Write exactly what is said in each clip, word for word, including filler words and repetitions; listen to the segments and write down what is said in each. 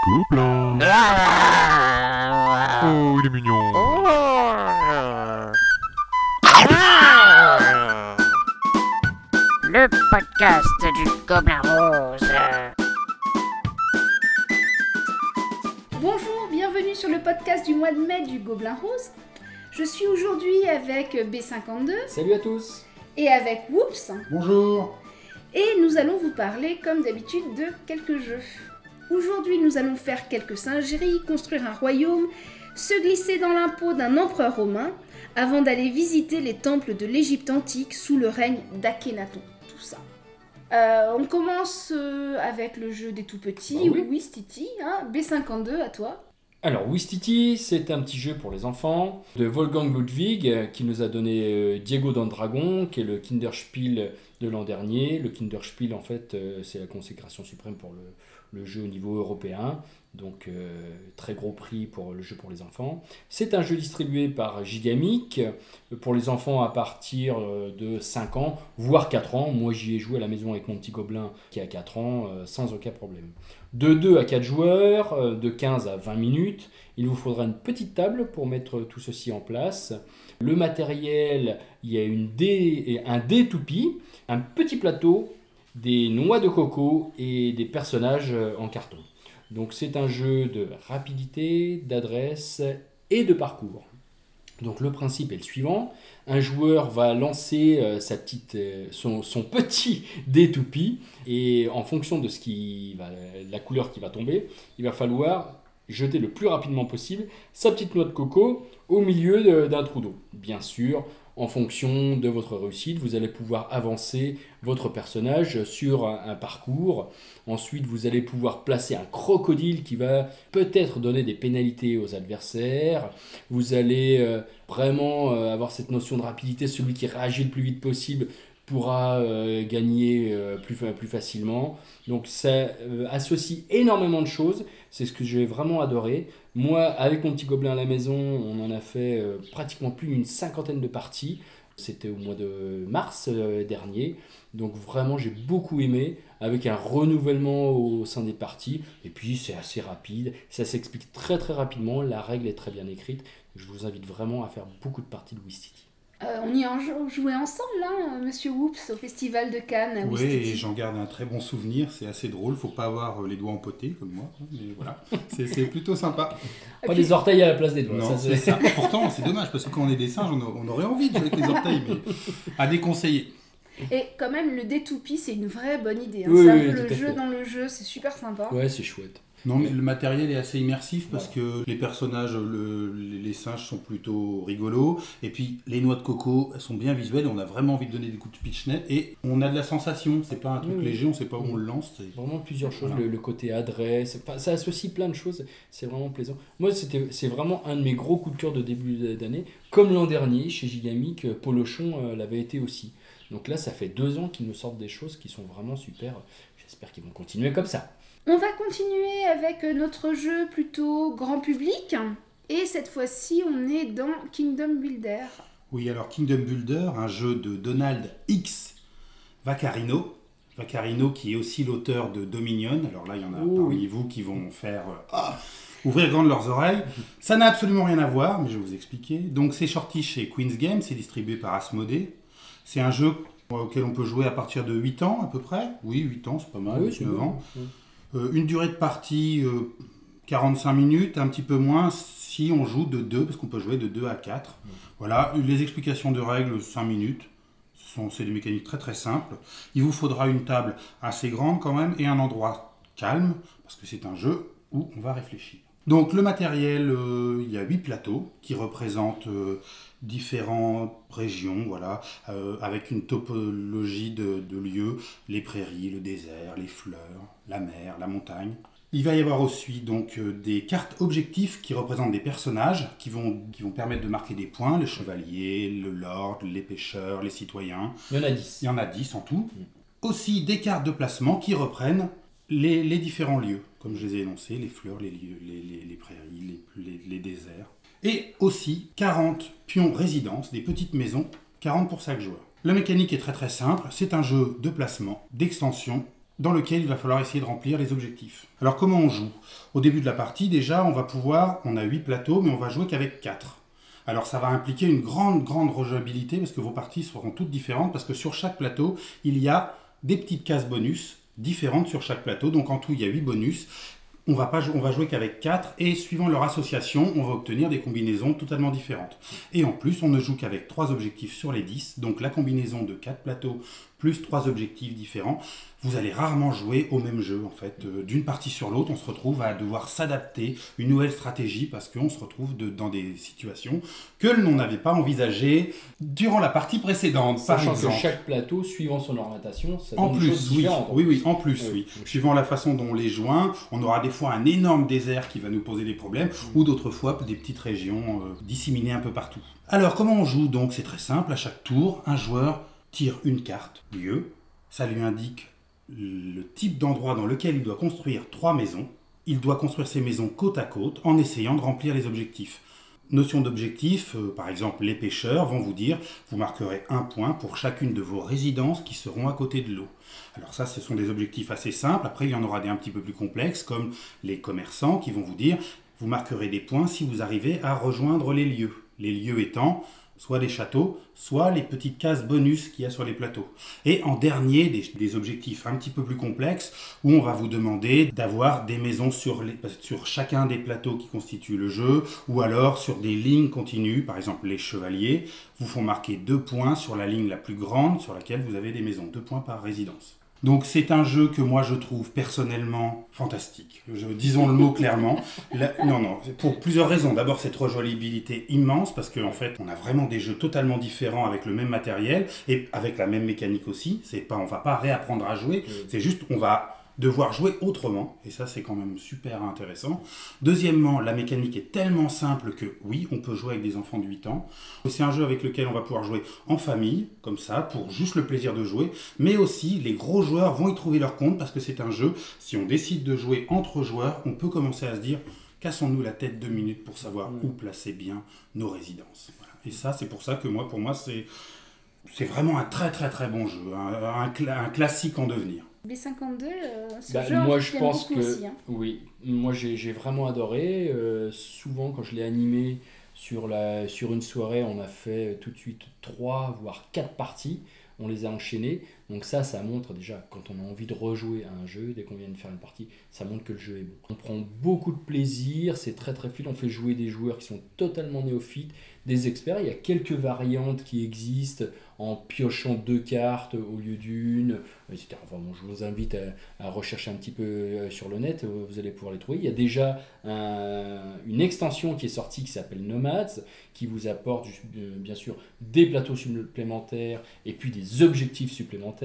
Gobelin. Oh, il est mignon. Le podcast du Gobelin Rose. Bonjour, bienvenue sur le podcast du mois de mai du Gobelin Rose. Je suis aujourd'hui avec B cinquante-deux. Salut à tous. Et avec Whoops. Bonjour. Et nous allons vous parler, comme d'habitude, de quelques jeux. Aujourd'hui, nous allons faire quelques singeries, construire un royaume, se glisser dans l'impôt d'un empereur romain, avant d'aller visiter les temples de l'Égypte antique sous le règne d'Akhénaton. Tout ça. Euh, on commence euh, avec le jeu des tout-petits, Bah oui. Ouistiti, hein, B cinquante-deux, à toi. Alors, Ouistiti, c'est un petit jeu pour les enfants de Wolfgang Ludwig euh, qui nous a donné euh, Diego dans le Dragon, qui est le Kinderspiel de l'an dernier. Le Kinderspiel, en fait, euh, c'est la consécration suprême pour le, le jeu au niveau européen. Donc, euh, très gros prix pour le jeu pour les enfants. C'est un jeu distribué par Gigamic euh, pour les enfants à partir euh, de cinq ans, voire quatre ans. Moi, j'y ai joué à la maison avec mon petit gobelin qui a quatre ans, euh, sans aucun problème. De deux à quatre joueurs, euh, de quinze à vingt minutes. Il vous faudra une petite table pour mettre tout ceci en place. Le matériel, il y a une dé, un dé toupie, un petit plateau, des noix de coco et des personnages euh, en carton. Donc c'est un jeu de rapidité, d'adresse et de parcours. Donc le principe est le suivant. Un joueur va lancer euh, sa petite, euh, son, son petit dé toupie et en fonction de ce qui va, la couleur qui va tomber, il va falloir jeter le plus rapidement possible sa petite noix de coco au milieu de, d'un trou d'eau. Bien sûr, en fonction de votre réussite, vous allez pouvoir avancer votre personnage sur un, un parcours. Ensuite, vous allez pouvoir placer un crocodile qui va peut-être donner des pénalités aux adversaires. Vous allez euh, vraiment euh, avoir cette notion de rapidité. Celui qui réagit le plus vite possible pourra euh, gagner euh, plus, plus facilement. Donc ça euh, associe énormément de choses. C'est ce que j'ai vraiment adoré. Moi, avec mon petit gobelin à la maison, on en a fait euh, pratiquement plus d'une cinquantaine de parties. C'était au mois de mars euh, dernier. Donc vraiment, j'ai beaucoup aimé, avec un renouvellement au sein des parties. Et puis, c'est assez rapide. Ça s'explique très très rapidement. La règle est très bien écrite. Je vous invite vraiment à faire beaucoup de parties de Ouistiti. Euh, on y a jou- joué ensemble, hein, Monsieur Whoops, au Festival de Cannes. à Oui, Ouistiti. et j'en garde un très bon souvenir, c'est assez drôle, faut pas avoir euh, les doigts empotés comme moi, hein, mais voilà, c'est, c'est plutôt sympa. Et Pas puis- des orteils à la place des doigts. Non, ça, c'est ça. Pourtant, c'est dommage, parce que quand on est des singes, on, a- on aurait envie de jouer avec les orteils, mais à déconseiller. Et quand même, le dé toupie, c'est une vraie bonne idée. Hein. Oui, c'est un oui, peu tout le à jeu fait. dans le jeu, c'est super sympa. Ouais, c'est chouette. Non, mais le matériel est assez immersif, parce que les personnages, le- les les singes sont plutôt rigolos, et puis les noix de coco, elles sont bien visuelles, on a vraiment envie de donner des coups de pitch-net, et on a de la sensation, c'est pas un truc Oui, oui. léger, on sait pas où on le lance. c'est- Vraiment plusieurs choses, Voilà. le, le côté adresse, enfin, ça associe plein de choses, c'est vraiment plaisant. Moi, c'était, c'est vraiment un de mes gros coups de cœur de début d'année, comme l'an dernier chez Gigamic, euh, Polochon euh, l'avait été aussi. Donc là, ça fait deux ans qu'ils nous sortent des choses qui sont vraiment super, j'espère qu'ils vont continuer comme ça. On va continuer avec notre jeu plutôt grand public. Et cette fois-ci, on est dans Kingdom Builder. Oui, alors Kingdom Builder, un jeu de Donald X Vaccarino. Vaccarino qui est aussi l'auteur de Dominion. Alors là, il y en a Oh, parmi oui. vous qui vont faire euh, ah, ouvrir grand leurs oreilles. Ça n'a absolument rien à voir, mais je vais vous expliquer. Donc c'est sorti chez Queen's Game, c'est distribué par Asmodée. C'est un jeu auquel on peut jouer à partir de huit ans à peu près. Oui, huit ans, c'est pas mal, Ah oui, c'est neuf bon. ans. Euh, une durée de partie euh, quarante-cinq minutes, un petit peu moins si on joue de deux, parce qu'on peut jouer de deux à quatre. Voilà, les explications de règles, cinq minutes. Ce sont, c'est des mécaniques très très simples. Il vous faudra une table assez grande quand même et un endroit calme, parce que c'est un jeu où on va réfléchir. Donc le matériel, euh, il y a huit plateaux qui représentent euh, différentes régions, voilà, euh, avec une topologie de, de lieux, les prairies, le désert, les fleurs, la mer, la montagne. Il va y avoir aussi donc euh, des cartes objectifs qui représentent des personnages qui vont, qui vont permettre de marquer des points, les chevaliers, le lord, les pêcheurs, les citoyens. Il y en a dix. Il y en a dix en tout. Aussi des cartes de placement qui reprennent les, les différents lieux, comme je les ai énoncés, les fleurs, les, lieux, les, les, les prairies, les, les, les déserts. Et aussi quarante pions résidences, des petites maisons, quarante pour chaque joueur. La mécanique est très très simple, c'est un jeu de placement, d'extension dans lequel il va falloir essayer de remplir les objectifs. Alors comment on joue ? Au début de la partie, déjà, on va pouvoir, on a huit plateaux, mais on va jouer qu'avec quatre. Alors ça va impliquer une grande, grande rejouabilité, parce que vos parties seront toutes différentes, parce que sur chaque plateau, il y a des petites cases bonus différentes sur chaque plateau. Donc en tout, il y a huit bonus. On va, pas, on va jouer qu'avec quatre, et suivant leur association, on va obtenir des combinaisons totalement différentes. Et en plus, on ne joue qu'avec trois objectifs sur les dix, donc la combinaison de quatre plateaux plus trois objectifs différents. Vous allez rarement jouer au même jeu, en fait. Euh, d'une partie sur l'autre, on se retrouve à devoir s'adapter, une nouvelle stratégie, parce qu'on se retrouve de, dans des situations que l'on n'avait pas envisagées durant la partie précédente, Sachant par exemple. que chaque plateau, suivant son orientation, ça donne En des plus, choses oui, différentes. oui, oui, en plus, Oui. oui. Suivant la façon dont on les joint, on aura des fois un énorme désert qui va nous poser des problèmes, ou d'autres fois des petites régions euh, disséminées un peu partout. Alors, comment on joue donc ? C'est très simple. À chaque tour, un joueur tire une carte, lieu. Ça lui indique le type d'endroit dans lequel il doit construire trois maisons. Il doit construire ces maisons côte à côte en essayant de remplir les objectifs. Notion d'objectif, euh, par exemple, les pêcheurs vont vous dire, vous marquerez un point pour chacune de vos résidences qui seront à côté de l'eau. Alors ça, ce sont des objectifs assez simples. Après, il y en aura des un petit peu plus complexes, comme les commerçants qui vont vous dire, vous marquerez des points si vous arrivez à rejoindre les lieux. Les lieux étant soit les châteaux, soit les petites cases bonus qu'il y a sur les plateaux. Et en dernier, des, des objectifs un petit peu plus complexes, où on va vous demander d'avoir des maisons sur, les, sur chacun des plateaux qui constituent le jeu, ou alors sur des lignes continues, par exemple les chevaliers, vous font marquer deux points sur la ligne la plus grande sur laquelle vous avez des maisons, deux points par résidence. Donc c'est un jeu que moi je trouve personnellement fantastique. Je, disons le mot clairement. La, non, non, pour plusieurs raisons. D'abord cette rejouabilité immense parce qu'en fait on a vraiment des jeux totalement différents avec le même matériel et avec la même mécanique aussi. C'est pas, on va pas réapprendre à jouer, c'est juste on va devoir jouer autrement, et ça c'est quand même super intéressant. Deuxièmement, la mécanique est tellement simple que oui, on peut jouer avec des enfants de huit ans. C'est un jeu avec lequel on va pouvoir jouer en famille, comme ça, pour juste le plaisir de jouer, mais aussi les gros joueurs vont y trouver leur compte, parce que c'est un jeu, si on décide de jouer entre joueurs, on peut commencer à se dire, cassons-nous la tête deux minutes pour savoir où placer bien nos résidences. Voilà. Et ça, c'est pour ça que moi, pour moi, c'est, c'est vraiment un très très très bon jeu, un, un, cla- un classique en devenir. B cinquante-deux, euh, ce Bah, jeu, moi je je l'aime pense beaucoup que aussi, hein. oui, moi j'ai, j'ai vraiment adoré. Euh, souvent quand je l'ai animé sur, la, sur une soirée, on a fait tout de suite trois voire quatre parties. On les a enchaînées. Donc ça, ça montre déjà, quand on a envie de rejouer à un jeu, dès qu'on vient de faire une partie, ça montre que le jeu est bon. On prend beaucoup de plaisir, c'est très très fluide. On fait jouer des joueurs qui sont totalement néophytes, des experts. Il y a quelques variantes qui existent en piochant deux cartes au lieu d'une, et cetera. Enfin, bon, je vous invite à, à rechercher un petit peu sur le net, vous allez pouvoir les trouver. Il y a déjà un, une extension qui est sortie qui s'appelle Nomads, qui vous apporte bien sûr des plateaux supplémentaires et puis des objectifs supplémentaires.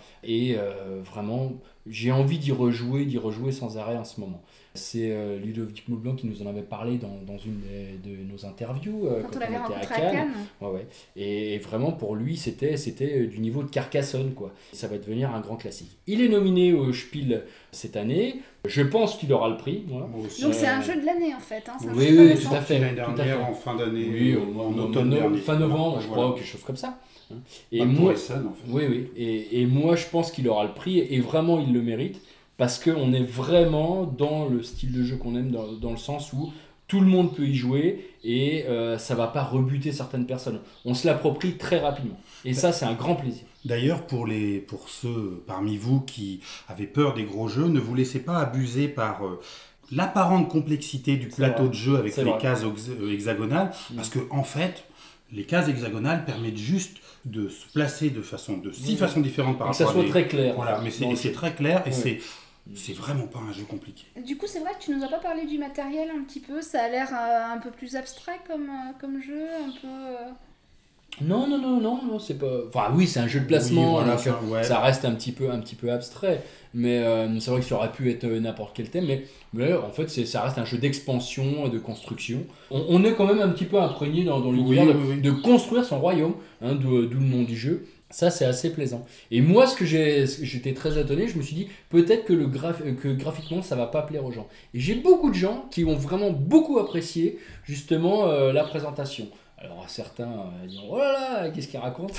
Et euh, vraiment, j'ai envie d'y rejouer, d'y rejouer sans arrêt en ce moment. C'est euh, Ludovic Maublanc qui nous en avait parlé dans, dans une de, de nos interviews euh, Quand, quand, on l'avait on était rencontré à Cannes. à Cannes. Ouais, ouais. Et, et vraiment pour lui, c'était, c'était du niveau de Carcassonne, quoi. Ça va devenir un grand classique. Il est nominé au Spiel cette année. Je pense qu'il aura le prix. Moi. Moi aussi. Donc c'est Euh, un jeu de l'année en fait. Hein. C'est un oui, jeu oui, récent. tout à fait. L'année tout à dernière, fait. en fin d'année, Oui, en, en, en en- automne en- dernier. fin novembre, Voilà. je crois, ou quelque chose comme ça. Et Pas pour moi, Essen, en fait. oui, oui. Et, et moi, je pense qu'il aura le prix, et vraiment, il le mérite, parce qu'on est vraiment dans le style de jeu qu'on aime, dans, dans le sens où tout le monde peut y jouer, et euh, ça va pas rebuter certaines personnes. On se l'approprie très rapidement. Et ça, c'est un grand plaisir. D'ailleurs, pour, les, pour ceux parmi vous qui avaient peur des gros jeux, ne vous laissez pas abuser par euh, l'apparente complexité du C'est plateau vrai. de jeu avec C'est les vrai. cases ox- euh, hexagonales, Mm. parce que en fait, les cases hexagonales permettent juste de se placer de, façon, de six Mm. façons différentes par Et que ça rapport soit à des... très clair. Voilà, en fait, mais c'est, dans et le c'est jeu. très clair et Ouais. c'est, c'est vraiment pas un jeu compliqué. Du coup, c'est vrai que tu nous as pas parlé du matériel un petit peu. Ça a l'air euh, un peu plus abstrait comme, euh, comme jeu, un peu. euh, Non, non, non, non, non, c'est pas. Enfin, oui, c'est un jeu de placement, Oui, voilà, donc, ça, ouais. ça reste un petit peu, un petit peu abstrait. Mais euh, c'est vrai que ça aurait pu être n'importe quel thème, mais, mais en fait, c'est, ça reste un jeu d'expansion et de construction. On, on est quand même un petit peu imprégné dans, dans l'univers Oui, de, oui, oui. de construire son royaume, hein, d'où, d'où le nom du jeu. Ça, c'est assez plaisant. Et moi, ce que j'ai, ce que j'étais très étonné, je me suis dit, peut-être que, le graph, que graphiquement, ça va pas plaire aux gens. Et j'ai beaucoup de gens qui ont vraiment beaucoup apprécié, justement, euh, la présentation. Alors certains euh, diront oh là là, qu'est-ce qu'il raconte.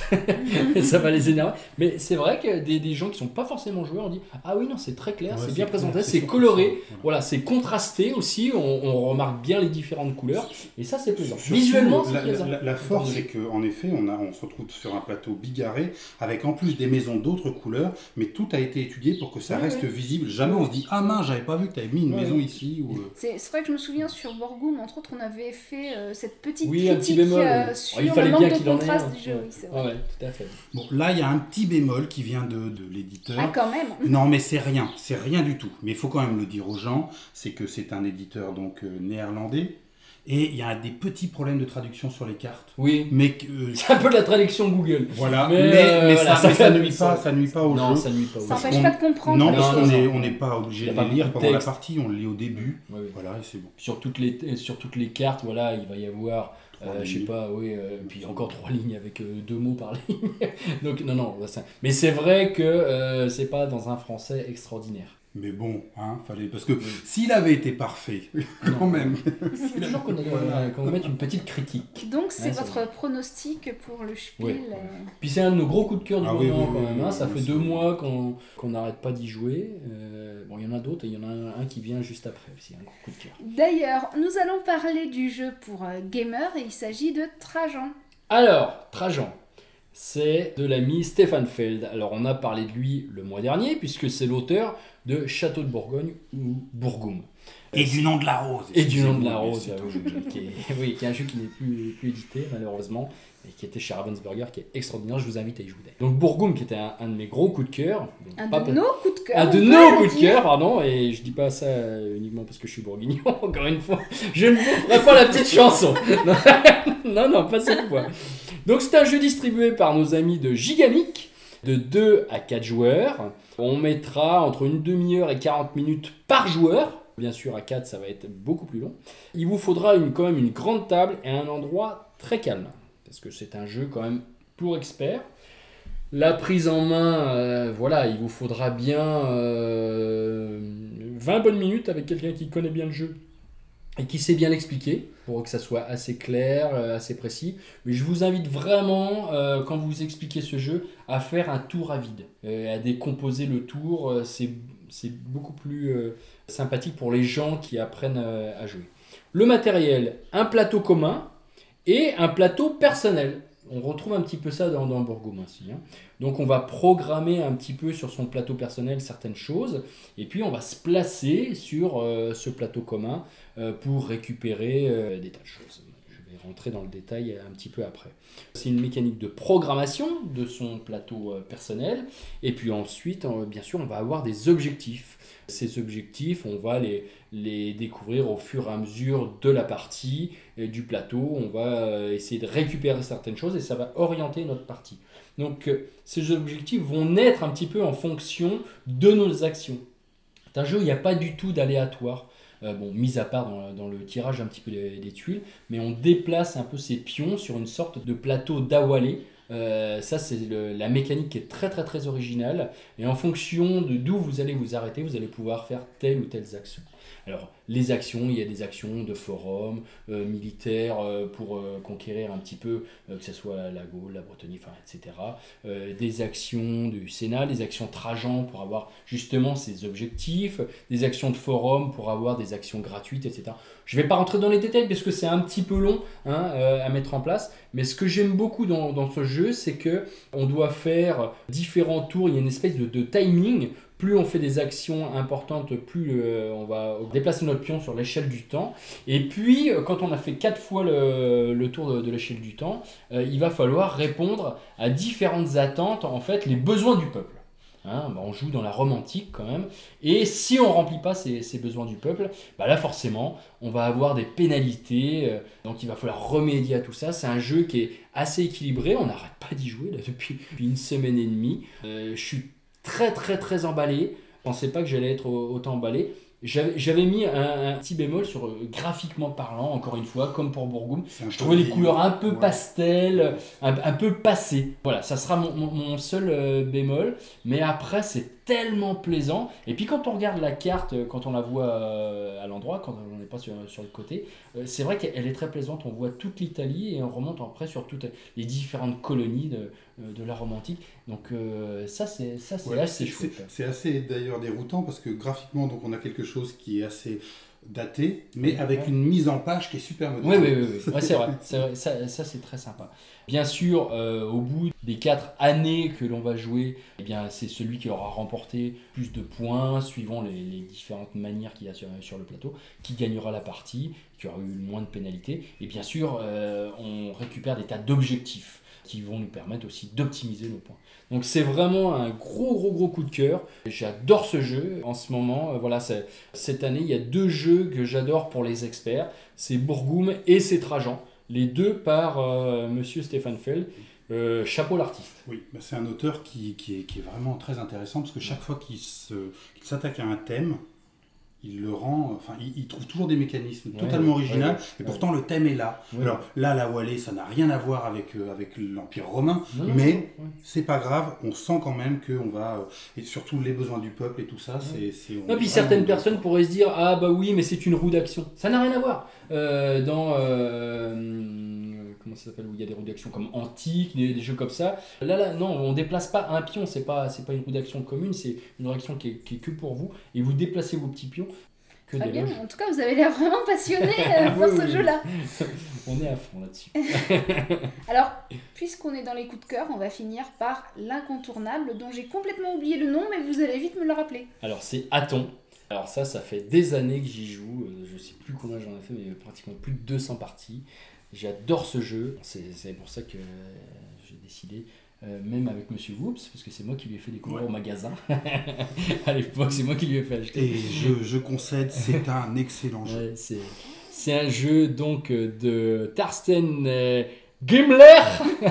Ça va les énerver. Mais c'est vrai que des, des gens qui sont pas forcément joueurs, on dit ah oui non c'est très clair, Ouais, c'est c'est bien clair, présenté, c'est c'est sûr, coloré, c'est ça, voilà, c'est contrasté aussi, on, on remarque bien les différentes couleurs et ça c'est plaisant. Surtout, Visuellement c'est la, plaisant. La, la force, c'est qu'en effet, on, a, on se retrouve sur un plateau bigarré, avec en plus des maisons d'autres couleurs, mais tout a été étudié pour que ça Ouais, reste ouais. visible. Jamais on se dit, ah mince, j'avais pas vu que tu avais mis une Ouais, maison ouais. ici. Ou, euh, C'est c'est vrai que je me souviens sur Borgoum, entre autres, on avait fait euh, cette petite Oui, un petit critique bémol, euh, oui. sur Oh, il fallait le bien manque de qu'il en ait contraste un. du jeu. Ouais. Oui, c'est vrai. Ouais, ouais, tout à fait. Bon, là, il y a un petit bémol qui vient de, de l'éditeur. Ah, quand même. Non, mais c'est rien, c'est rien du tout. Mais il faut quand même le dire aux gens, c'est que c'est un éditeur donc euh, néerlandais, et il y a des petits problèmes de traduction sur les cartes. Oui, Mais que, euh, c'est un peu de la traduction Google. voilà, Mais, mais, euh, mais voilà, ça, ça mais fait ça un peu nuit ça. pas, ça nuit pas au Non, jeu. ça nuit pas. Ça au Parce jeu. n'empêche qu'on- pas de comprendre. Non, les parce Non, qu'on choses. est- on n'est pas obligé Il y a de pas les lire beaucoup de pendant la texte. partie, on le lit au début. Ouais, ouais. Voilà, et c'est bon. Sur toutes les sur toutes les cartes, voilà, il va y avoir, Trois euh, je sais lignes. pas, oui, euh, puis encore trois lignes avec euh, deux mots par ligne. Donc non, non, ça- mais c'est vrai que euh, c'est pas dans un français extraordinaire. Mais bon, hein, fallait parce que s'il avait été parfait, quand Non. même. Il faut toujours qu'on euh, qu'on mette une petite critique. Donc, c'est Ouais, c'est votre vrai. pronostic pour le Spiel. Ouais, euh, ouais. Puis c'est un de nos gros coups de cœur du Ah oui, moment oui, quand oui, même. oui, hein. oui, Ça oui, fait c'est- deux mois qu'on qu'on n'arrête pas d'y jouer. Euh, bon, il y en a d'autres et il y en a un qui vient juste après. C'est un gros coup de cœur. D'ailleurs, nous allons parler du jeu pour euh, gamers et il s'agit de Trajan. Alors, Trajan, c'est de l'ami Stéphane Feld. Alors, on a parlé de lui le mois dernier, puisque c'est l'auteur de Château de Bourgogne ou Bourgoum. Et du nom de la rose. Et du nom de la excusez-moi, mais rose, c'est ah tout. oui, oui, qui est, oui, qui est un jeu qui n'est plus, plus édité, malheureusement, et qui était chez Ravensburger, qui est extraordinaire. Je vous invite à y jouer. Donc, Bourgoum, qui était un, un de mes gros coups de cœur. Bon, Un pas de pe- nos coups de cœur. Un de on peut nos le coups de dire. cœur, pardon, et je dis pas ça euh, uniquement parce que je suis bourguignon, encore une fois. Je ne vous ferai pas la petite chanson. Non, non, non, pas cette fois. Donc c'est un jeu distribué par nos amis de Gigamic, de deux à quatre joueurs. On mettra entre une demi-heure et quarante minutes par joueur. Bien sûr, à quatre, ça va être beaucoup plus long. Il vous faudra une, quand même une grande table et un endroit très calme, parce que c'est un jeu quand même pour experts. La prise en main, euh, voilà, il vous faudra bien euh, vingt bonnes minutes avec quelqu'un qui connaît bien le jeu et qui sait bien l'expliquer pour que ça soit assez clair, euh, assez précis. Mais je vous invite vraiment, euh, quand vous expliquez ce jeu, à faire un tour à vide, euh, à décomposer le tour. Euh, c'est, c'est beaucoup plus euh, sympathique pour les gens qui apprennent euh, à jouer. Le matériel, un plateau commun et un plateau personnel. On retrouve un petit peu ça dans, dans Bourgoum aussi. Hein. Donc on va programmer un petit peu sur son plateau personnel certaines choses, et puis on va se placer sur euh, ce plateau commun euh, pour récupérer euh, des tas de choses. Je vais rentrer dans le détail un petit peu après. C'est une mécanique de programmation de son plateau euh, personnel, et puis ensuite, euh, bien sûr, on va avoir des objectifs. Ces objectifs, on va les, les découvrir au fur et à mesure de la partie et du plateau. On va euh, essayer de récupérer certaines choses et ça va orienter notre partie. Donc, euh, ces objectifs vont naître un petit peu en fonction de nos actions. C'est un jeu où il n'y a pas du tout d'aléatoire. Euh, bon, mis à part dans, dans le tirage un petit peu des, des tuiles, mais on déplace un peu ces pions sur une sorte de plateau d'Awalé. Euh, ça, c'est le- la mécanique qui est très très très originale. Et en fonction de d'où vous allez vous arrêter, vous allez pouvoir faire telle ou telle action. Alors, les actions, il y a des actions de forum, euh, militaires euh, pour euh, conquérir un petit peu, euh, que ce soit la Gaule, la Bretagne, enfin, et cetera. Euh, des actions du Sénat, des actions Trajan pour avoir justement ces objectifs, des actions de forum pour avoir des actions gratuites, et cetera. Je ne vais pas rentrer dans les détails parce que c'est un petit peu long hein, euh, à mettre en place, mais ce que j'aime beaucoup dans, dans ce jeu, c'est que on doit faire différents tours, il y a une espèce de, de timing. Plus on fait des actions importantes, plus euh, on va déplacer notre pion sur l'échelle du temps. Et puis, euh, quand on a fait quatre fois le, le tour de, de l'échelle du temps, euh, il va falloir répondre à différentes attentes, en fait, les besoins du peuple. Hein, bah on joue dans la Rome antique quand même. Et si on ne remplit pas ces, ces besoins du peuple, bah là forcément, on va avoir des pénalités. Euh, donc il va falloir remédier à tout ça. C'est un jeu qui est assez équilibré. On n'arrête pas d'y jouer là, depuis, depuis une semaine et demie. Euh, je suis très très très emballé. Je pensais pas que j'allais être autant emballé. J'avais, j'avais mis un, un petit bémol sur euh, graphiquement parlant, encore une fois, comme pour Bourgoum. C'est un Je peu trouvais les vieillot. couleurs un peu Ouais. pastel, un, un peu passées. Voilà, ça sera mon, mon, mon seul euh, bémol. Mais après, c'est tellement plaisant. Et puis quand on regarde la carte, quand on la voit euh, à l'endroit, quand on n'est pas sur, sur le côté, euh, c'est vrai qu'elle est très plaisante. On voit toute l'Italie et on remonte après sur toutes les différentes colonies de, de la Rome antique. Donc euh, ça, c'est, ça, c'est Ouais, assez c'est, chouette. c'est, c'est assez d'ailleurs déroutant parce que graphiquement, donc, on a quelque chose qui est assez daté, mais avec Ouais. une mise en page qui est super moderne. Oui, oui, oui, oui. Ouais, c'est vrai, c'est vrai. Ça, ça, c'est très sympa. Bien sûr, euh, au bout des quatre années que l'on va jouer, eh bien, c'est celui qui aura remporté plus de points, suivant les, les différentes manières qu'il y a sur, sur le plateau, qui gagnera la partie, qui aura eu le moins de pénalités. Et bien sûr, euh, on récupère des tas d'objectifs qui vont nous permettre aussi d'optimiser nos points. Donc c'est vraiment un gros gros gros coup de cœur. J'adore ce jeu en ce moment. Euh, voilà, c'est, cette année, il y a deux jeux que j'adore pour les experts. C'est Bourgoum et c'est Trajan. Les deux par euh, Monsieur Stéphane Feld. Euh, chapeau l'artiste. Oui, bah c'est un auteur qui, qui, est, qui est vraiment très intéressant parce que chaque fois qu'il, se, qu'il s'attaque à un thème, il le rend, enfin, il, il trouve toujours des mécanismes Ouais, totalement ouais, originaux, ouais, et ouais. pourtant le thème est là. Ouais. Alors là, la Wallée, ça n'a rien à voir avec, euh, avec l'Empire romain, Non, non, mais non, ouais. c'est pas grave, on sent quand même qu'on va, euh, et surtout les besoins du peuple et tout ça, c'est... c'est on Non, est puis vraiment certaines dedans, personnes quoi. pourraient se dire ah bah oui mais c'est une roue d'action. Ça n'a rien à voir. Euh, dans euh, comment ça s'appelle où il y a des roues d'action comme Antique, des, des jeux comme ça. Là là non, on déplace pas un pion. C'est pas c'est pas une roue d'action commune. C'est une roue d'action qui est, qui est que pour vous et vous déplacez vos petits pions. Que Très bien, d'éloges. en tout cas vous avez l'air vraiment passionné euh, pour Oui, ce oui, oui. jeu-là. On est à fond là-dessus. Alors, puisqu'on est dans les coups de cœur, on va finir par l'incontournable dont j'ai complètement oublié le nom, mais vous allez vite me le rappeler. Alors c'est Aton. Alors ça, ça fait des années que j'y joue. Euh, Je sais plus combien j'en ai fait, mais pratiquement plus de deux cents parties. J'adore ce jeu. C'est, c'est pour ça que euh, j'ai décidé, euh, même avec Monsieur Whoops, parce que c'est moi qui lui ai fait découvrir Ouais. au magasin. À l'époque, c'est moi qui lui ai fait acheter. Et je, je concède, c'est un excellent jeu. Ouais, c'est, c'est un jeu donc euh, de Thorsten euh, Gimler,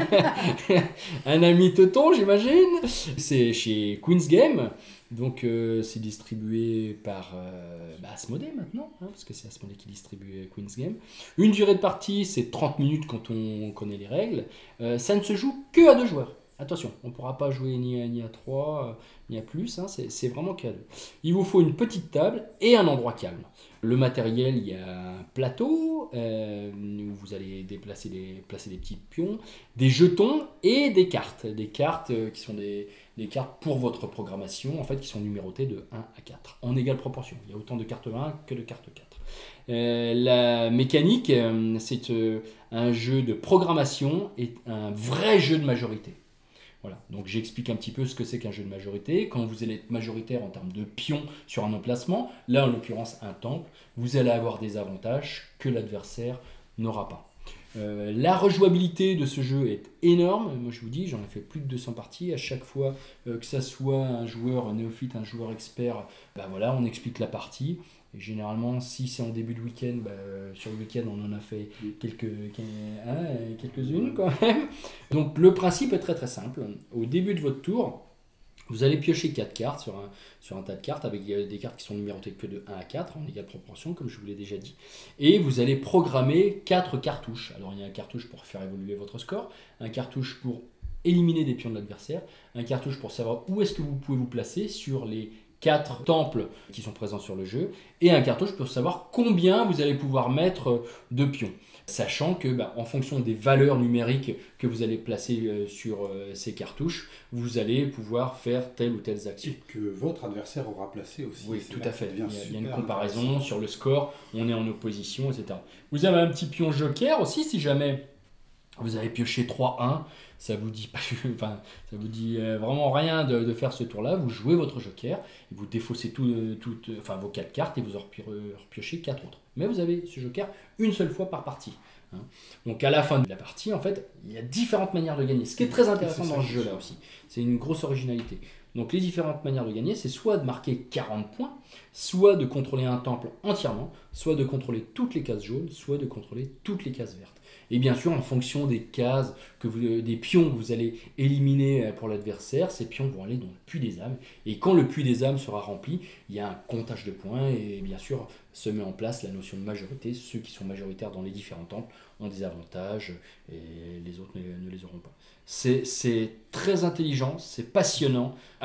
un ami teuton j'imagine. C'est chez Queen's Game, donc euh, c'est distribué par euh, bah, Asmodée maintenant, hein, parce que c'est Asmodée qui distribue Queen's Game. Une durée de partie c'est trente minutes quand on connaît les règles. Euh, ça ne se joue que à deux joueurs. Attention, on ne pourra pas jouer ni à, ni à trois, euh, ni à plus, hein, c'est, c'est vraiment qu'à deux. Il vous faut une petite table et un endroit calme. Le matériel, il y a un plateau euh, où vous allez déplacer des, placer des petits pions, des jetons et des cartes. Des cartes euh, qui sont des, des cartes pour votre programmation, en fait, qui sont numérotées de un à quatre, en égale proportion. Il y a autant de cartes un que de cartes quatre. Euh, la mécanique, euh, c'est euh, un jeu de programmation et un vrai jeu de majorité. Voilà, donc j'explique un petit peu ce que c'est qu'un jeu de majorité. Quand vous allez être majoritaire en termes de pions sur un emplacement, là en l'occurrence un temple, vous allez avoir des avantages que l'adversaire n'aura pas. Euh, la rejouabilité de ce jeu est énorme. Moi je vous dis, j'en ai fait plus de deux cents parties. À chaque fois euh, que ça soit un joueur un néophyte, un joueur expert, ben voilà, on explique la partie. Et généralement, si c'est en début de week-end, bah, euh, sur le week-end, on en a fait quelques, hein, quelques-unes quand même. Donc le principe est très très simple. Au début de votre tour, vous allez piocher quatre cartes sur un, sur un tas de cartes avec des cartes qui sont numérotées que de un à quatre en égale proportion, comme je vous l'ai déjà dit. Et vous allez programmer quatre cartouches. Alors il y a un cartouche pour faire évoluer votre score, un cartouche pour éliminer des pions de l'adversaire, un cartouche pour savoir où est-ce que vous pouvez vous placer sur les quatre temples qui sont présents sur le jeu, et un cartouche pour savoir combien vous allez pouvoir mettre de pions. Sachant que, bah, en fonction des valeurs numériques que vous allez placer euh, sur euh, ces cartouches, vous allez pouvoir faire telle ou telle action. Et que votre adversaire aura placé aussi. Oui, C'est tout là à que fait. ça Il y, a, devient il y a une super comparaison intéressant. sur le score, on est en opposition, et cetera. Vous avez un petit pion joker aussi, si jamais vous avez pioché trois un, ça vous dit, pas, enfin, ça vous dit euh, vraiment rien de, de faire ce tour-là. Vous jouez votre joker, et vous défaussez tout, euh, tout, euh, enfin, vos quatre cartes et vous en repio- repiochez quatre autres. Mais vous avez ce joker une seule fois par partie. Hein. Donc à la fin de la partie, en fait, il y a différentes manières de gagner. Ce qui est très intéressant dans ce jeu-là aussi, c'est une grosse originalité. Donc les différentes manières de gagner, c'est soit de marquer quarante points, soit de contrôler un temple entièrement, soit de contrôler toutes les cases jaunes, soit de contrôler toutes les cases vertes. Et bien sûr, en fonction des cases, que vous, des pions que vous allez éliminer pour l'adversaire, ces pions vont aller dans le puits des âmes. Et quand le puits des âmes sera rempli, il y a un comptage de points et bien sûr se met en place la notion de majorité. Ceux qui sont majoritaires dans les différents temples ont des avantages et les autres ne, ne les auront pas. C'est, c'est très intelligent, c'est passionnant. Alors,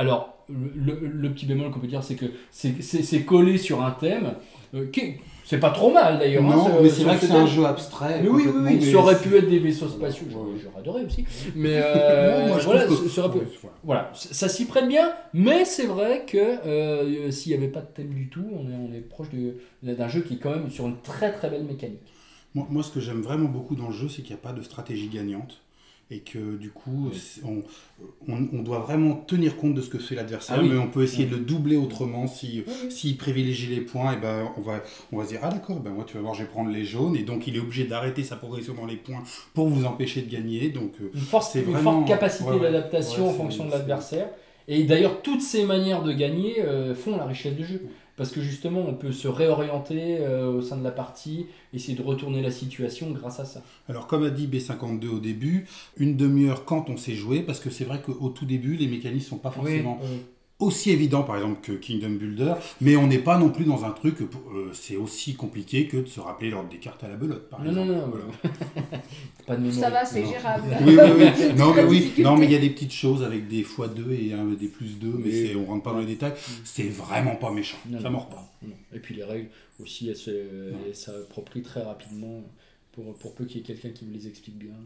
le, le, le petit bémol qu'on peut dire, c'est que c'est, c'est, c'est collé sur un thème. Euh, qui est, c'est pas trop mal d'ailleurs. Non, hein, mais c'est vrai que c'est thème. un jeu abstrait. Mais oui, oui, oui, mais ça aurait c'est... pu être des vaisseaux spatiaux. Ouais. J'aurais adoré aussi. Mais euh, non, moi, je voilà, trouve que... ça aurait pu... ouais, voilà. Voilà, ça s'y prête bien, mais c'est vrai que euh, s'il n'y avait pas de thème du tout, on est, on est proche de, d'un jeu qui est quand même sur une très très belle mécanique. Moi, moi, ce que j'aime vraiment beaucoup dans le jeu, c'est qu'il n'y a pas de stratégie gagnante. Et que du coup, Oui. on, on, on doit vraiment tenir compte de ce que fait l'adversaire, Ah oui. mais on peut essayer Oui. de le doubler autrement. Si, Oui. s'il privilégie les points, et ben, on, va, on va se dire, ah d'accord, ben, moi tu vas voir, je vais prendre les jaunes, et donc il est obligé d'arrêter sa progression dans les points pour vous empêcher de gagner. Donc, euh, Une, force, c'est une vraiment... forte capacité ouais, ouais. d'adaptation Ouais, en c'est- fonction de c'est- l'adversaire. Et d'ailleurs, toutes ces manières de gagner euh, font la richesse du jeu. Parce que justement, on peut se réorienter euh, au sein de la partie, essayer de retourner la situation grâce à ça. Alors comme a dit B cinquante-deux au début, une demi-heure quand on sait jouer, parce que c'est vrai qu'au tout début, les mécanismes sont pas forcément Oui. aussi évidents, par exemple, que Kingdom Builder, mais on n'est pas non plus dans un truc, euh, c'est aussi compliqué que de se rappeler l'ordre des cartes à la belote, par Non, exemple. non, non, Voilà. pas de mémoire. Ça va, c'est Non. gérable. Oui, oui, oui. C'est Non, pas mais oui. difficulté. Non, mais il y a des petites choses avec des fois deux et un, des plus deux, mais Oui. c'est, on rentre pas dans les détails. C'est vraiment pas méchant. Non, Ça non, mord pas. non. Et puis les règles aussi, elles, se, elles s'approprient très rapidement pour, pour peu qu'il y ait quelqu'un qui me les explique bien.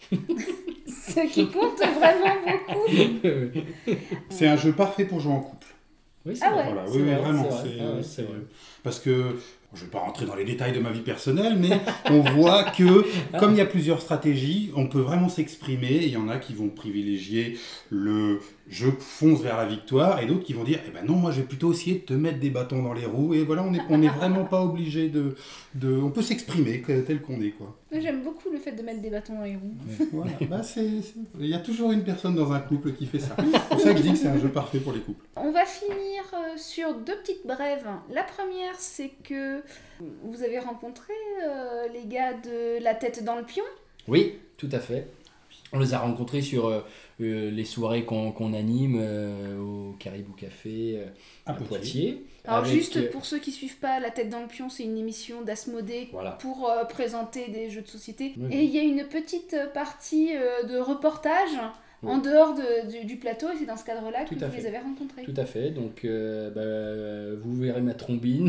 Ce qui compte vraiment beaucoup. C'est un jeu parfait pour jouer en couple. Oui, c'est Ah vrai. ouais. Voilà, C'est oui, oui, vrai, vraiment. c'est vrai. c'est, Ah ouais, euh, c'est c'est- vrai. Parce que, je ne vais pas rentrer dans les détails de ma vie personnelle, mais on voit que, comme il y a plusieurs stratégies, on peut vraiment s'exprimer. Et il y en a qui vont privilégier le je fonce vers la victoire, et d'autres qui vont dire, eh ben non, moi je vais plutôt essayer de te mettre des bâtons dans les roues. Et voilà, on n'est on est vraiment pas obligé de, de... On peut s'exprimer tel qu'on est, quoi. Moi, j'aime beaucoup le fait de mettre des bâtons dans les roues. Voilà. Bah, c'est, c'est- Il y a toujours une personne dans un couple qui fait ça. C'est pour ça que je dis que c'est un jeu parfait pour les couples. On va finir euh, sur deux petites brèves. La première, c'est que vous avez rencontré euh, les gars de La Tête dans le Pion. Oui, tout à fait. On les a rencontrés sur euh, euh, les soirées qu'on, qu'on anime euh, au Caribou Café euh, à, À Poitiers. Poitiers. Alors Avec, juste euh, pour ceux qui suivent pas, La Tête dans le Pion, c'est une émission d'Asmodée Voilà. pour euh, présenter des jeux de société. Oui. Et il y a une petite partie euh, de reportage Oui. en dehors de- du, du plateau, et c'est dans ce cadre-là que Tout à vous fait. les avez rencontrés. Tout à fait, donc euh, bah, vous verrez ma trombine.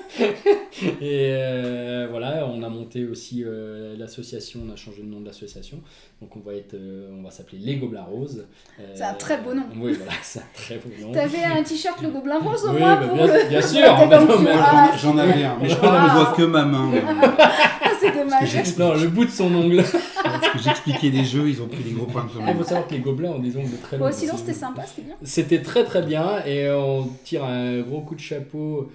Et euh, voilà, on a monté aussi euh, l'association, on a changé le nom de l'association. Donc on va, être, euh, on va s'appeler Les Gobelins Roses. Euh, C'est un très beau nom. Oui, voilà, c'est un très beau nom. T'avais un t-shirt le Gobelin Rose au Oui, moins bah, pour bien, le... bien sûr. La Tête bah, dans le non, Pion. mais- Ah, J'en avais un, mais je crois Ah. qu'on ne voit que ma main. Ah, c'est dommage. Non, le bout de son ongle. Parce que j'expliquais des jeux, ils ont pris des gros points de Il faut savoir que les gobelins ont des ongles très longs. Bon, sinon C'est- c'était sympa, c'était bien. C'était très très bien et on tire un gros coup de chapeau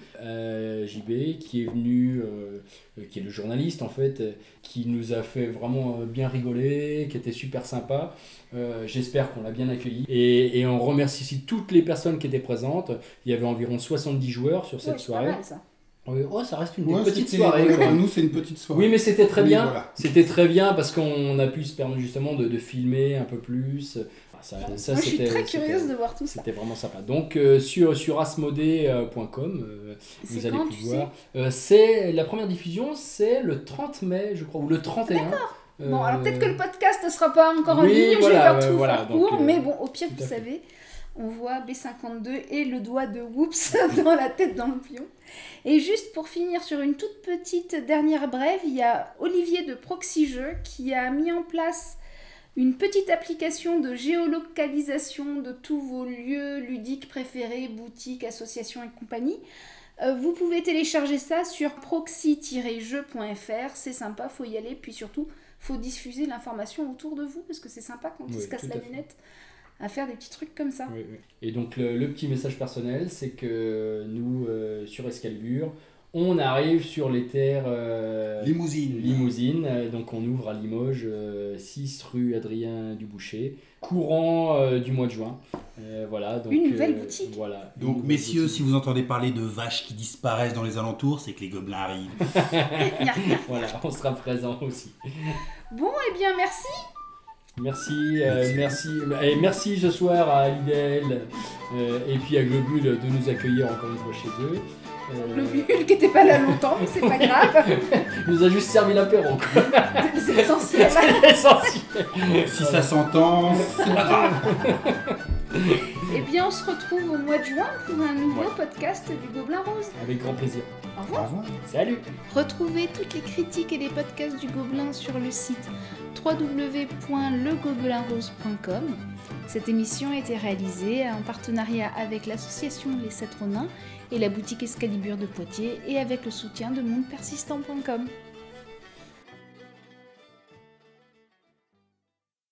à J B qui est venu, euh, qui est le journaliste en fait, euh, qui nous a fait vraiment euh, bien rigoler, qui était super sympa. Euh, J'espère qu'on l'a bien accueilli et, et on remercie aussi toutes les personnes qui étaient présentes. Il y avait environ soixante-dix joueurs sur cette Ouais, c'est pas soirée. mal ça. Oui, oh, ça reste une Ouais, petite c'était- soirée. Pour quoi. nous, c'est une petite soirée. Oui, mais c'était très Oui, bien. voilà. C'était très bien parce qu'on a pu se permettre justement de, de filmer un peu plus. Enfin, ça, ça, Moi je suis c'était- très c'était- curieuse de voir tout ça. C'était vraiment sympa. Donc euh, sur, sur asmodee point com, euh, vous C'est allez quand, tu pouvoir. Euh, c'est la première diffusion, c'est le trente mai, je crois, ou le trente et un. Euh, Bon, alors peut-être que le podcast ne sera pas encore en oui, ligne, voilà, je vais faire euh, tout voilà, faire donc, court, euh, mais bon, au pire, tout vous à fait. savez, on voit B cinquante-deux et le doigt de Whoops dans la tête dans le pion. Et juste pour finir sur une toute petite dernière brève, il y a Olivier de Proxy Jeux qui a mis en place une petite application de géolocalisation de tous vos lieux ludiques préférés, boutiques, associations et compagnie. Euh, vous pouvez télécharger ça sur proxy tiret jeux point f r, c'est sympa, faut y aller, puis surtout, faut diffuser l'information autour de vous, parce que c'est sympa quand Oui, ils se cassent tout la à fait. lunette à faire des petits trucs comme ça. Oui, oui. Et donc le, le petit message personnel, c'est que nous, euh, sur Excalibur, on arrive sur les terres euh, Limousine. Limousine. Euh, donc on ouvre à Limoges, euh, six rue Adrien Duboucher, courant euh, du mois de juin. Euh, voilà, donc, Une nouvelle euh, boutique. Voilà, une Donc, nouvelle messieurs, boutique. si vous entendez parler de vaches qui disparaissent dans les alentours, c'est que les gobelins arrivent. Voilà, on sera présent aussi. Bon, eh bien, merci. Merci, euh, merci, et merci ce soir à Lidl euh, et puis à Globule de nous accueillir encore une fois chez eux. Euh, Le bulle qui était pas là longtemps, mais c'est pas grave, il nous a juste servi l'apéro. quoi. c'est essentiel. C'est essentiel. Si ça s'entend, c'est pas grave. Eh bien, on se retrouve au mois de juin pour un nouveau Ouais. podcast du Gobelin Rose. Avec grand plaisir. Au Au revoir. revoir. Salut. Retrouvez toutes les critiques et les podcasts du Gobelin sur le site w w w point le gobelin rose point com. Cette émission a été réalisée en partenariat avec l'association Les Sept Ronins et la boutique Escalibur de Poitiers et avec le soutien de monde persistant point com.